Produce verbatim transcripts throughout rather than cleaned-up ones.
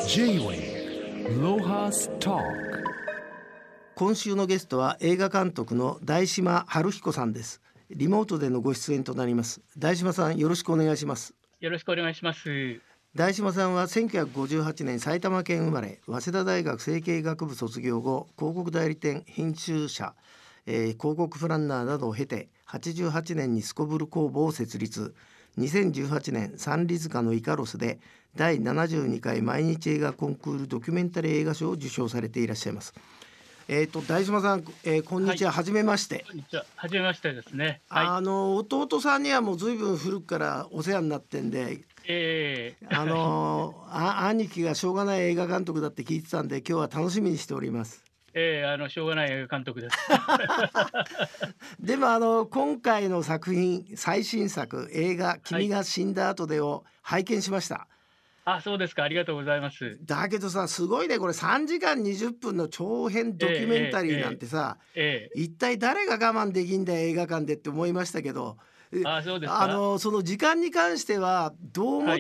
J-Wave Lohas Talk。 今週のゲストは映画監督の大島春彦さんです。リモートでのご出演となります。大島さん、よろしくお願いします。 よろしくお願いします。 大島さんはせんきゅうひゃくごじゅうはちねん埼玉県生まれ、早稲田大学成蹊学部卒業後、広告代理店、編集者、えー、広告プランナーなどを経てはちじゅうはちねんにすこぶる工房を設立。にせんじゅうはちねんサンリ塚のイカロスでだいななじゅうにかい毎日映画コンクールドキュメンタリー映画賞を受賞されていらっしゃいます。えー、と大島さん、えー、こんにちは、はい、はじめまして。 こんにちは、はじめましてですね。はい、 あの弟さんにはもう随分古くからお世話になってんで、 えー、 あのあ兄貴がしょうがない映画監督だって聞いてたんで、今日は楽しみにしております。 えー、あのしょうがない映画監督ですでもあの今回の作品、最新作映画君が死んだ後でを拝見しました。 はい、あ、そうですか、ありがとうございます。 だけどさ、すごいね、これさんじかんにじゅっぷんの長編ドキュメンタリーなんてさ、えーえーえー、一体誰が我慢できんだよ映画館でって思いましたけど、 あ、そうですか。 あのその時間に関してはどう思って、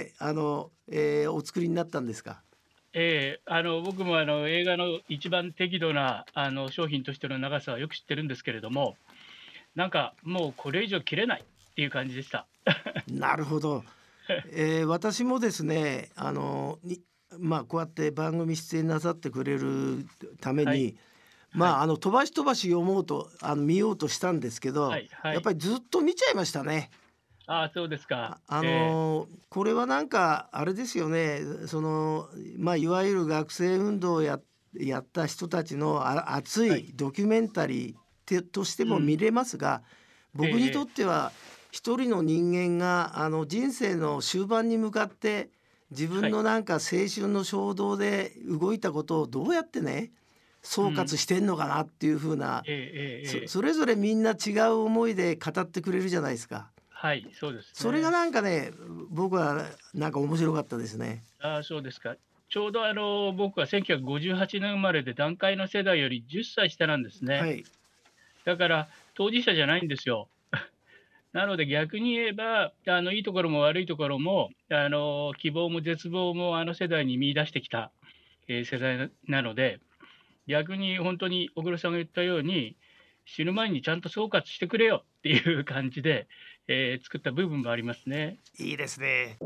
はい、あのえー、お作りになったんですか。 えー、あの僕もあの映画の一番適度なあの商品としての長さはよく知ってるんですけれども、なんかもうこれ以上切れないっていう感じでしたなるほど、えー、私もですね、あのまあこうやって番組出演なさってくれるために、はい、まあ、はい、あの飛ばし飛ばし読もうとあの見ようとしたんですけど、はいはい、やっぱりずっと見ちゃいましたね。 あ、そうですか。 あ、あのーえー、これはなんかあれですよね、その、まあ、いわゆる学生運動を や, やった人たちのあ熱いドキュメンタリーとしても見れますが、うん、僕にとっては一人の人間があの人生の終盤に向かって自分のなんか青春の衝動で動いたことをどうやってね総括してんのかなっていう風な、うん、えーえー、そ, それぞれみんな違う思いで語ってくれるじゃないですか。 はい、そうですね。 それがなんかね、僕はなんか面白かったですね。 あ、そうですか。ちょうどあの僕はせんきゅうひゃくごじゅうはちねん生まれで団塊の世代よりじゅっさい下なんですね。はい、だから当事者じゃないんですよ。なので逆に言えばあのいいところも悪いところもあの希望も絶望もあの世代に見出してきた、えー、世代なので、逆に本当に小黒さんが言ったように死ぬ前にちゃんと総括してくれよっていう感じで、えー、作った部分もありますね。 いいですね。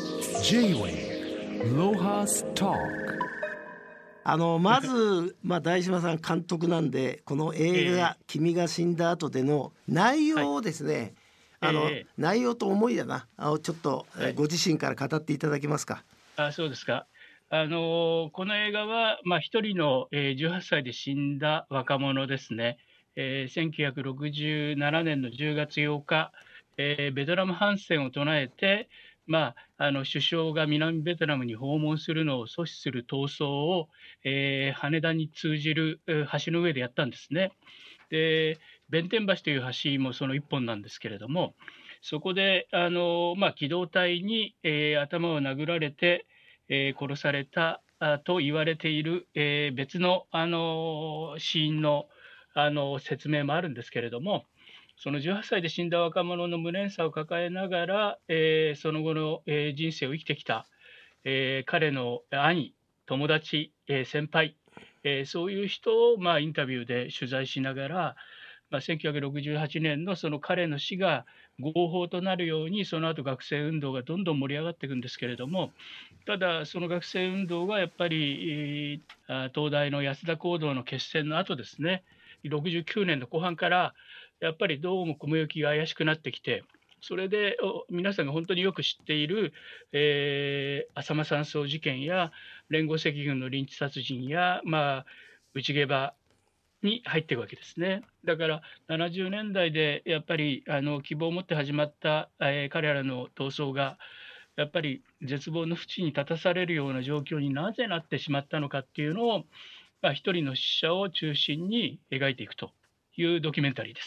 J-Wave Lohas Talk。 あのまず、まあ、大島さん監督なんで、この映画、えー、君が死んだ後での内容をですね、はい、あの、えー、内容と思いだなあちょっと、はい、ご自身から語っていただけますか。 あ、そうですか。あのこの映画は、まあ、一人の、えー、じゅうはっさいで死んだ若者ですね。えー、せんきゅうひゃくろくじゅうななねんのじゅうがつようか、えー、ベトナム反戦を唱えて、まあ、あの首相が南ベトナムに訪問するのを阻止する闘争を、えー、羽田に通じる橋の上でやったんですね。で、弁天橋という橋もその一本なんですけれども、そこであの、まあ、機動隊に、えー、頭を殴られて、えー、殺されたと言われている、えー、別の、あの死因の、あの説明もあるんですけれども、そのじゅうはっさいで死んだ若者の無念さを抱えながら、えー、その後の、えー、人生を生きてきた、えー、彼の兄、友達、えー、先輩、えー、そういう人を、まあ、インタビューで取材しながら、まあ、せんきゅうひゃくろくじゅうはちねんのその彼の死が合法となるように、その後学生運動がどんどん盛り上がっていくんですけれども、ただその学生運動がやっぱり東大の安田講堂の決戦の後ですね、ろくじゅうきゅうねんの後半からやっぱりどうも雲行きが怪しくなってきて、それで皆さんが本当によく知っている、えー、浅間山荘事件や連合赤軍のリンチ殺人や、まあ、内ゲバに入っていくわけですね。だからななじゅうねんだいでやっぱりあの希望を持って始まった、えー、彼らの闘争がやっぱり絶望の淵に立たされるような状況になぜなってしまったのかっていうのを、まあ、一人の死者を中心に描いていくというドキュメンタリーです。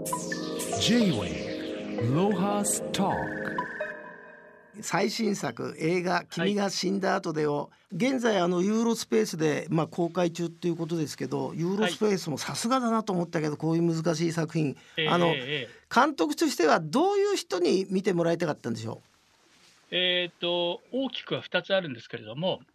J-Wave Lohas Talk。 最新作映画君が死んだ後でを、はい、現在あのユーロスペースで、まあ、公開中っていうことですけど、ユーロスペースもさすがだなと思ったけど、はい、こういう難しい作品、えー、あの、えー、監督としてはどういう人に見てもらいたかったんでしょう。 えーと大きくはふたつあるんですけれども、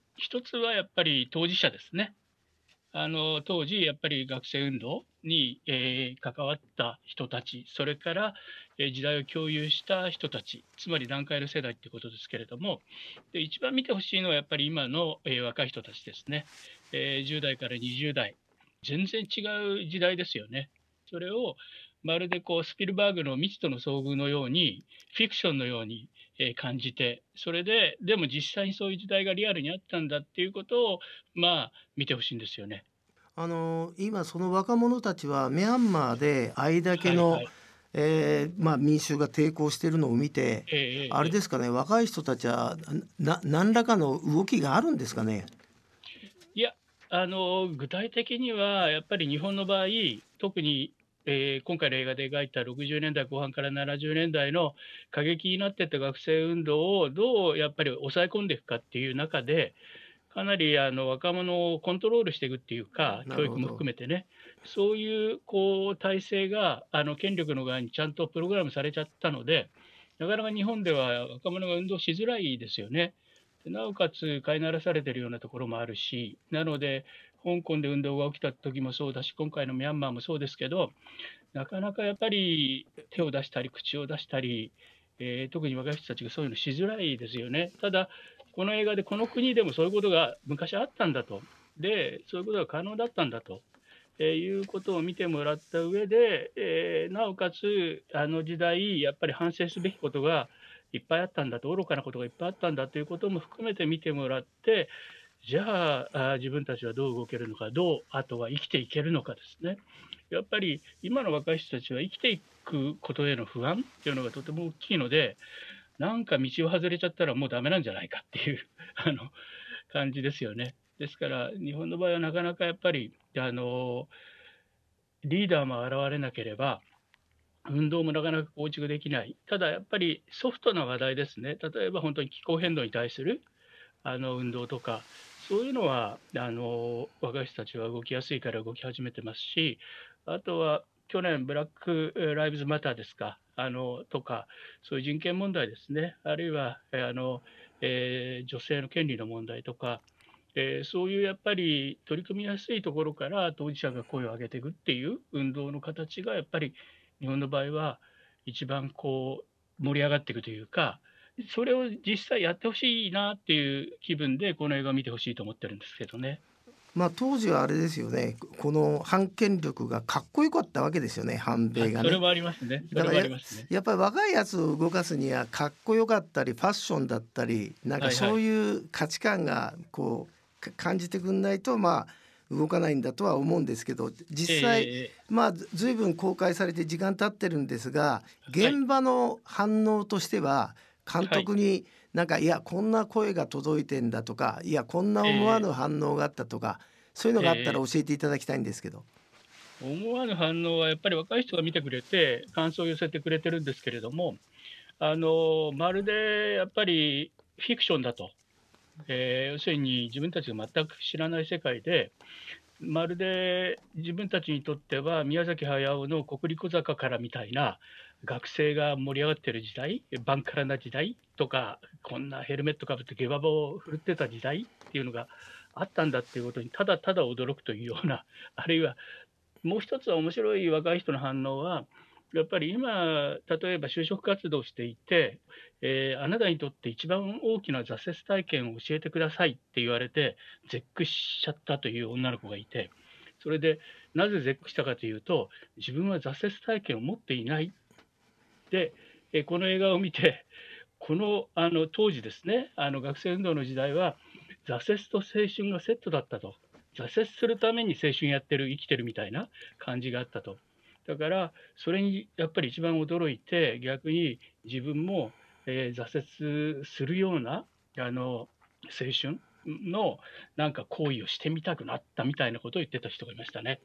一つはやっぱり当事者ですね。あの当時、やっぱり学生運動に、えー関わった人たち、それから、えー時代を共有した人たち、つまり団塊の世代っていうことですけれども、で一番見てほしいのはやっぱり今の、えー若い人たちですね、えーじゅう代からにじゅう代、全然違う時代ですよね。それをまるでこうスピルバーグの未知との遭遇のように、フィクションのようにえー感じて、それで、でも実際にそういう時代がリアルにあったんだっていうことを、まあ、見てほしいんですよね。 あの今その若者たちはミャンマーであれだけの、 はいはい。 えーまあ、民衆が抵抗しているのを見て、 ええええええ。 あれですかね、若い人たちはな何らかの動きがあるんですかね。 いや、あの、具体的にはやっぱり日本の場合、特に、えー今回の映画で描いたろくじゅうねんだいこう半からななじゅうねんだいの過激になっていった学生運動をどうやっぱり抑え込んでいくかっていう中で、かなりあの若者をコントロールしていくっていうか、教育もなるほど。 含めてね、そういうこう体制があの権力の側にちゃんとプログラムされちゃったので、なかなか日本では若者が運動しづらいですよね。でなおかつ飼いならされてるようなところもあるし、なので、香港で運動が起きた時もそうだし、今回のミャンマーもそうですけど、なかなかやっぱり手を出したり、口を出したり、えー特に若い人たちがそういうのしづらいですよね。ただ、この映画でこの国でもそういうことが昔あったんだと。で、そういうことが可能だったんだと。えーいうことを見てもらった上で、えーなおかつ、あの時代、やっぱり反省すべきことがいっぱいあったんだと、愚かなことがいっぱいあったんだということも含めて見てもらって、じゃあ、あ自分たちはどう動けるのか、どうあとは生きていけるのかですね。やっぱり今の若い人たちは生きていくことへの不安っていうのがとても大きいので、なんか道を外れちゃったらもうダメなんじゃないかっていうあの感じですよね。ですから、日本の場合はなかなかやっぱり、あのリーダーも現れなければ、運動もなかなか構築できない。ただやっぱりソフトな話題ですね。例えば本当に気候変動に対するあの運動とか、そういうのはあの若い人たちは動きやすいから動き始めてますし、あとは去年、ブラック・ライブズ・マターですか、あのとか、そういう人権問題ですね、あるいはえあの、えー女性の権利の問題とか、えーそういうやっぱり取り組みやすいところから当事者が声を上げていくっていう運動の形がやっぱり日本の場合は一番こう盛り上がっていくというか、それを実際やってほしいなっていう気分でこの映画を見てほしいと思ってるんですけどね。 まあ当時はあれですよね、この反権力がかっこよかったわけですよね、反あ、 米がね。 それもありますね。それもあだからや、 りますね。 やっぱり若いやつを動かすにはかっこよかったりファッションだったり、なんかそうはいはい。 いう価値観がこうか感じてくんないとまあ動かないんだとは思うんですけど、 え実際えええ。 まあずずいぶん公開されて時間経ってるんですが、 はい、 現場の反応としては監はい。 督になんかいやこんな声が届いてんだとか、いやこんな思わええぬ反応があったとか、そういうのええがあったらええ。 教えていただきたいんですけど。 思わぬ反応はやっぱり若い人が見てくれて、感想を寄せてくれてるんですけれども、あの、まるでやっぱりフィクションだと。えー要するに自分たちが全く知らない世界で、まるで自分たちにとっては宮崎駿の国立小坂からみたいな学生が盛り上がってる時代、バンカラな時代とか、こんなヘルメットかぶって下馬棒を振るってた時代っていうのがあったんだっていうことにただただ驚くというような、あるいはもう一つは面白い若い人の反応は、やっぱり今、例えば就職活動していて、えーあなたにとって一番大きな挫折体験を教えてくださいって言われて、絶句しちゃったという女の子がいて、それでなぜ絶句したかというと、自分は挫折体験を持っていないで、えーこの映画を見て、このあの当時ですね、あの学生運動の時代は、挫折と青春がセットだったと。挫折するために青春やってる、生きてるみたいな感じがあったと。だから、それにやっぱり一番驚いて、逆に自分も、えー挫折するようなあの青春のなんか行為をしてみたくなったみたいなことを言ってた人がいましたね。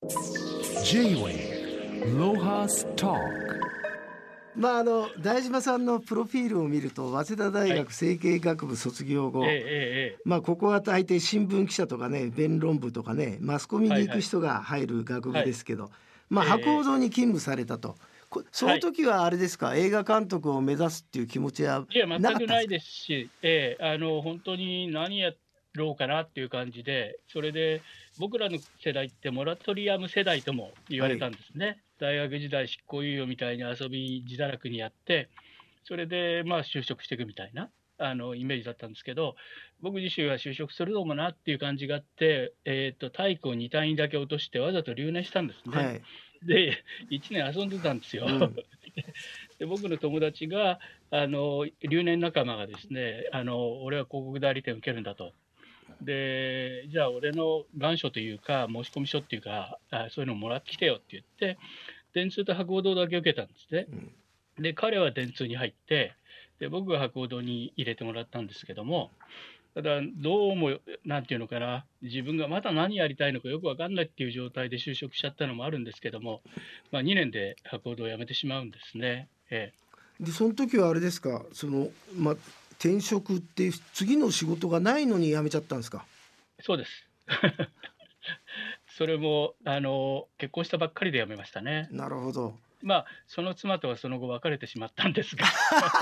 J-Wave Lohas Talk まああの大島さんのプロフィールを見ると、早稲田大はい。 学政経学部卒業ええ後、 ええええ。 まあここは大抵新聞記者とかね、弁論部とかね、マスコミに行くはいはい。 人が入る学部はい。 ですけど、まあええ博報ええ。 堂に勤務されたと。こそはい。 の時はあれですか、映画監督を目指すっていう気持ちはいや、全くないなかったんですか。 ですし、ええ、あの、本当に何やろうかなっていう感じで、それで僕らの世代ってモラトリアム世代とも言われたんですね。大学時代執行猶予みたいに遊び自堕落にやって、それでまあ就職していくみたいなあのイメージだったんですけど、僕自身は就職するのもなっていう感じがあって、えー、と体育をに単位だけ落としてわざと留年したんですね。 はい。 で、いちねん遊んでたんですよ。 うんで、僕の友達が、あの留年仲間がですね、あの俺は広告代理店受けるんだと。で、じゃあ俺の願書というか、申込書っていうか、あそういうのもらってきてよって言って、電通と博報堂だけ受けたんですね。 うんで、彼は電通に入って、で、僕が博報堂に入れてもらったんですけども、ただ、どうも、なんていうのかな、自分がまだ何やりたいのかよくわかんないっていう状態で就職しちゃったのもあるんですけども、まあ、にねんで博報堂を辞めてしまうんですね。ええ、 でその時はあれですか、その、ま、転職って次の仕事がないのに辞めちゃったんですか？ そうです。それもあの結婚したばっかりで辞めましたね。 なるほど。 まあ、その妻とはその後別れてしまったんですが。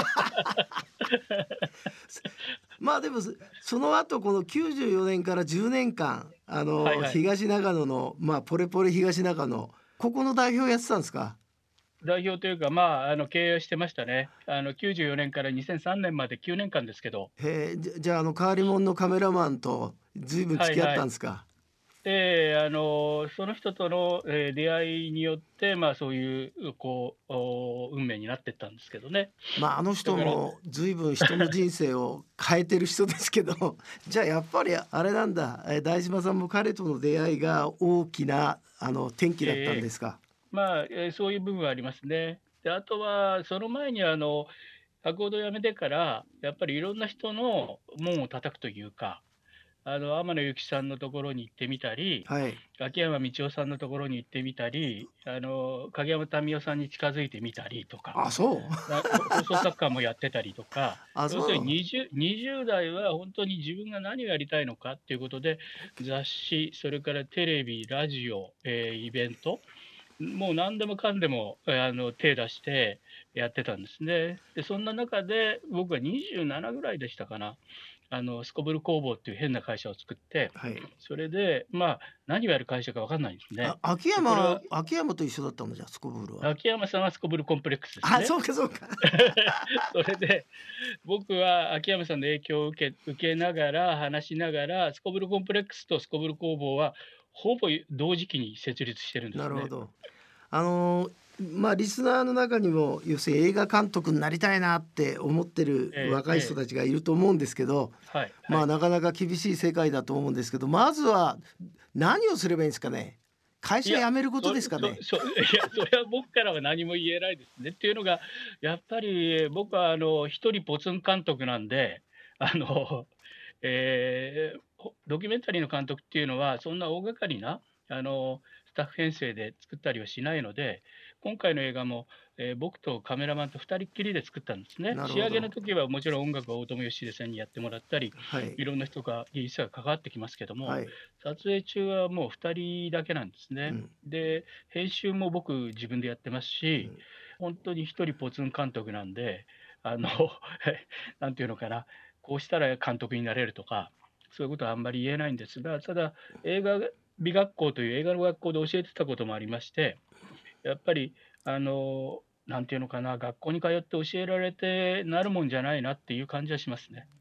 まあでもそその後このきゅうじゅうよねんからじゅうねんかんあのはいはい。 東長野のまあポレポレ東長野ここの代表やってたんですか？ 代表というか、まあ、あの経営してましたね。あのきゅうじゅうよねんからにせんさんねんまできゅうねんかんですけど、 へえ、じゃじゃああの変わり者のカメラマンとずいぶん付き合っはいはい。 たんですか？ で、あのその人との、えー出会いによって、まあ、そういうこうお運命になってったんですけどね。 まああのだから、 人もずいぶん人の人生を変えてる人ですけどじゃあやっぱりあれなんだ、え大島さんも彼との出会いが大きなあの転機だったんえーですか？ まあ、えーそういう部分はありますね。で、あとは、その前にあの博報堂辞めてから、やっぱりいろんな人の門を叩くというか、あの天野幸さんのところに行ってみたり、 はい。 秋山道夫さんのところに行ってみたり、あの影山民生さんに近づいてみたりとか、 あ、そう。 なほ放送作家もやってたりとか、 あ、 要するにそう。 にじゅう、にじゅう代は本当に自分が何をやりたいのかっていうことで、雑誌、それからテレビ、ラジオ、えーイベント、もう何でもかんでもえーあの手出してやってたんですね。で、そんな中で僕はにじゅうななぐらいでしたかな。あの、すこぶる工房っていう変な会社を作って、 はい。 それで、まあ、何をやる会社か分かんないんですね。 あ、秋で、これ山は秋山と一緒だったのじゃあ、すこぶるは。 秋山さんはすこぶるコンプレックスですあ、 ね。 そうかそうか。 それで、僕は秋山さんの影響を受け受けながら、話しながら、すこぶるコンプレックスとすこぶる工房は、ほぼ同時期に設立してるんですね。 なるほど。あのまあリスナーの中にも要するに映画監督になりたいなって思ってるええええ。 若い人たちがいると思うんですけど、 はいはい。 まあなかなか厳しい世界だと思うんですけど、まずは何をすればいいんですかね。会社いや、 辞めることそですかね。 そそいや、それは僕からは何も言えないですね。っていうのが、やっぱり僕はあの、一人ポツン監督なんで、あの、えーほドキュメンタリーの監督っていうのは、そんな大掛かりな、あの、スタッフ編成で作ったりはしないので、今回の映画も、えー僕とカメラマンとふたりっきりで作ったんですね。仕上げのなるほど。 時はもちろん音楽は大友義秀さんにやってもらったり、 はい。 いろんな人が技術者が関わってきますけども、 はい。 撮影中はもうふたりだけなんですね。 うん。 で、編集も僕自分でやってますし、 うん。 本当に一人ポツン監督なんで、あの、なんていうのかな、こうしたら監督になれるとか、そういうことはあんまり言えないんですが、ただ、映画美学校という映画の学校で教えてたこともありまして、やっぱり、あの、なんていうのかな、学校に通って教えられてなるもんじゃないなっていう感じはしますね。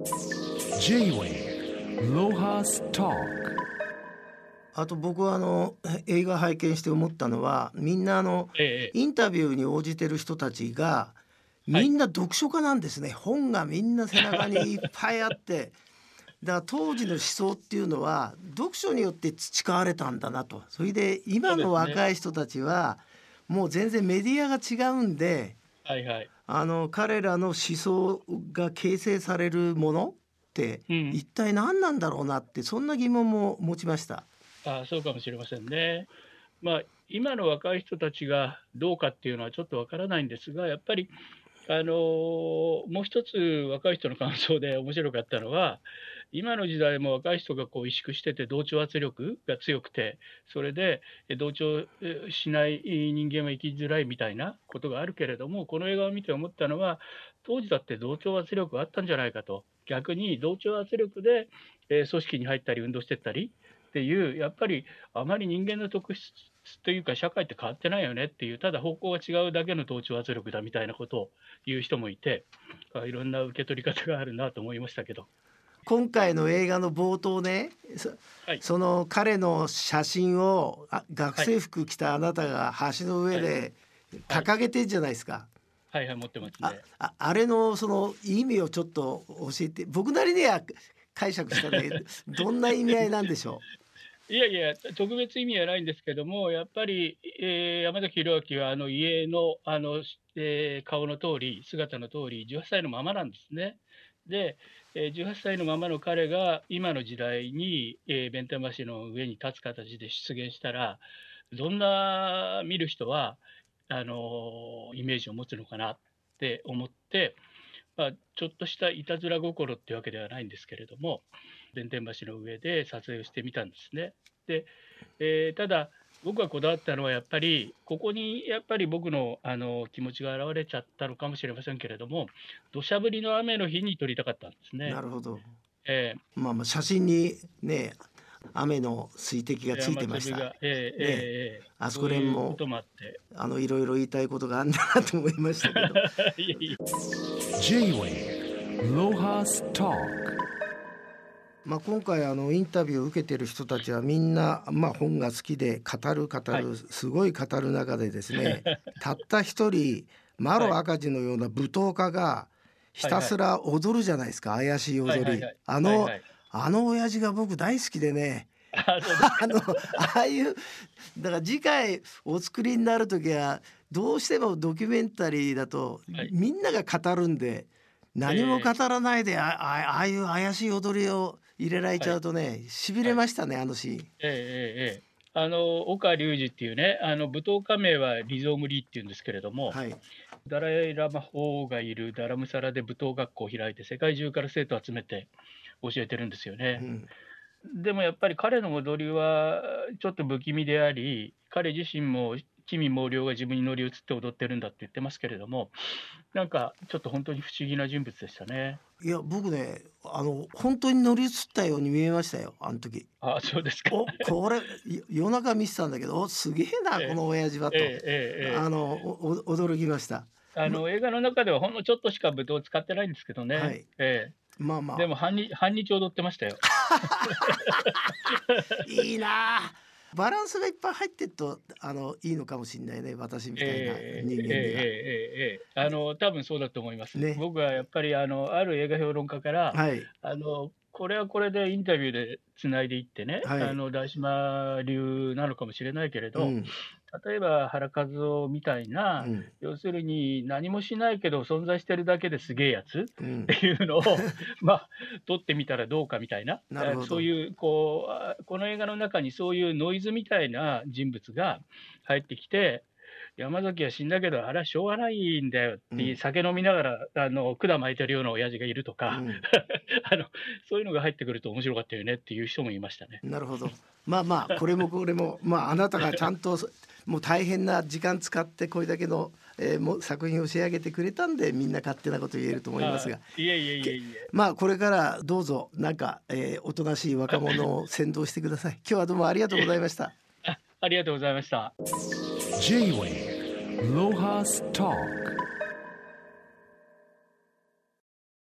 J-Wave Lohas Talk あと僕はあの映画拝見して思ったのは、みんなあのええええ。 インタビューに応じてる人たちがはい。 みんな読書家なんですね。本がみんな背中にいっぱいあって、だから当時の思想っていうのは読書によって培われたんだなと。それでそう今のですね。 若い人たちはもう全然メディアが違うんで、 はいはい。 あの彼らの思想が形成されるものってうん。 一体何なんだろうなって、そんな疑問も持ちました。 ああ、そうかもしれませんね。まあ、今の若い人たちがどうかっていうのはちょっとわからないんですが、やっぱり、あの、もう一つ若い人の感想で面白かったのは、 今の時代も若い人がこう萎縮してて同調圧力が強くて、それでえ同調えしない人間は生きづらいみたいなことがあるけれども、この映画を見て思ったのは、当時だって同調圧力があったんじゃないかと。逆に同調圧力で、えー組織に入ったり運動してったりっていう、やっぱりあまり人間の特質というか社会って変わってないよねっていう、ただ方向が違うだけの同調圧力だみたいなことを言う人もいて、あいろんな受け取り方があるなと思いましたけど。 今回の映画の冒頭ね、そはいその彼の写真をあ学はい生服着たあなたが橋の上ではい掲げてんじゃないですか。 はいはい、持ってますあね。 ああれのその意味をちょっと教えて、僕なりには解釈したんだけどどんな意味合いなんでしょいやいや、特別意味はないんですけども、やっぱり、えー山崎弘明はあの家のあの、えー顔の通り、姿の通り、じゅうはっさいのままなんですね。で、えーじゅうはっさいのままの彼が今の時代に、えー弁天橋の上に立つ形で出現したら、どんな見る人はあのイメージを持つのかなって思って、まあ、ちょっとしたいたずら心っていうわけではないんですけれども、弁天橋の上で撮影をしてみたんですね。で、えーただ、僕がこだわったのはやっぱり、ここにやっぱり僕のあの気持ちが現れちゃったのかもしれませんけれども、土砂降りの雨の日に撮りたかったんですう。なね。 るほど。 えまあまあ写真にね雨の水滴がー、 ついてました。 雨粒が、えーえーねえーあそそういうこら辺もこともあって、 あのいろいろ言いたいことがあるんだなと思いましたけどいえいえ J-Wave Lohas Talk まあ今回あのインタビューを受けてる人たちはみんな、まあ、本が好きで語る語はいるすごい語る中でですねたった一人マロ赤字のような舞踏家がひたすら踊るじゃないですか、怪しい踊り、 はいはいはいあの、 はいはいあの親父が僕大好きでねあそうですあのああいうだから次回お作りになる時はどうしてもドキュメンタリーだとはいみんなが語るんで何も語らないでああああいう怪しい踊りを入れられちゃうとねしびれましたねあのシーン。 ええええええあの岡隆二っていうね、あの舞踏家名はリゾームリーっていうんですけれども、 はいダライ・ラマ法がいるダラムサラで舞踏学校を開いて、世界中から生徒を集めて教えてるんですようね。 んでもやっぱり彼の踊りはちょっと不気味であり、彼自身も奇味猛量が自分に乗り移って踊ってるんだって言ってますけれども、なんかちょっと本当に不思議な人物でしたね。 いや僕ねあの本当に乗り移ったように見えましたよあの時。 あ、そうですか。 おこれよ夜中見てたんだけどおすげえなええこの親父はと、 ええええええあのおお驚きました。 あの映画の中ではほんのちょっとしか舞踏を使ってないんですけどね。 はいえまあまあえでも半日半日踊ってましたよ。 いいなあバランスがいっぱい入ってるとあのいいのかもしれないね私みたいなええ人間には、 ええええええあの多分そうだと思います。 ね僕はやっぱりあのある映画評論家からはいあのこれはこれでインタビューでつないでいってね、 はいあの大島流なのかもしれないけれど、 うん例えば原和夫みたいな、 うん要するに何もしないけど存在してるだけですげえやつうんっていうのをまあ撮ってみたらどうかみたいな、 なるほどそういうこうあこの映画の中にそういうノイズみたいな人物が入ってきて、山崎は死んだけどあれはしょうがないんだよっていう、 うん酒飲みながらあの管巻いてるような親父がいるとか、 うんあのそういうのが入ってくると面白かったよねっていう人もいましたね。 なるほどまあまあこれもこれもまああなたがちゃんともう大変な時間使ってこれだけの、えーもう作品を仕上げてくれたんでみんな勝手なこと言えると思いますがあいえいえいえいえ。 まあこれからどうぞなんか、えーおとなしい若者を先導してください。今日はどうもありがとうございました。 あありがとうございました。 J-Wave Lohas Talk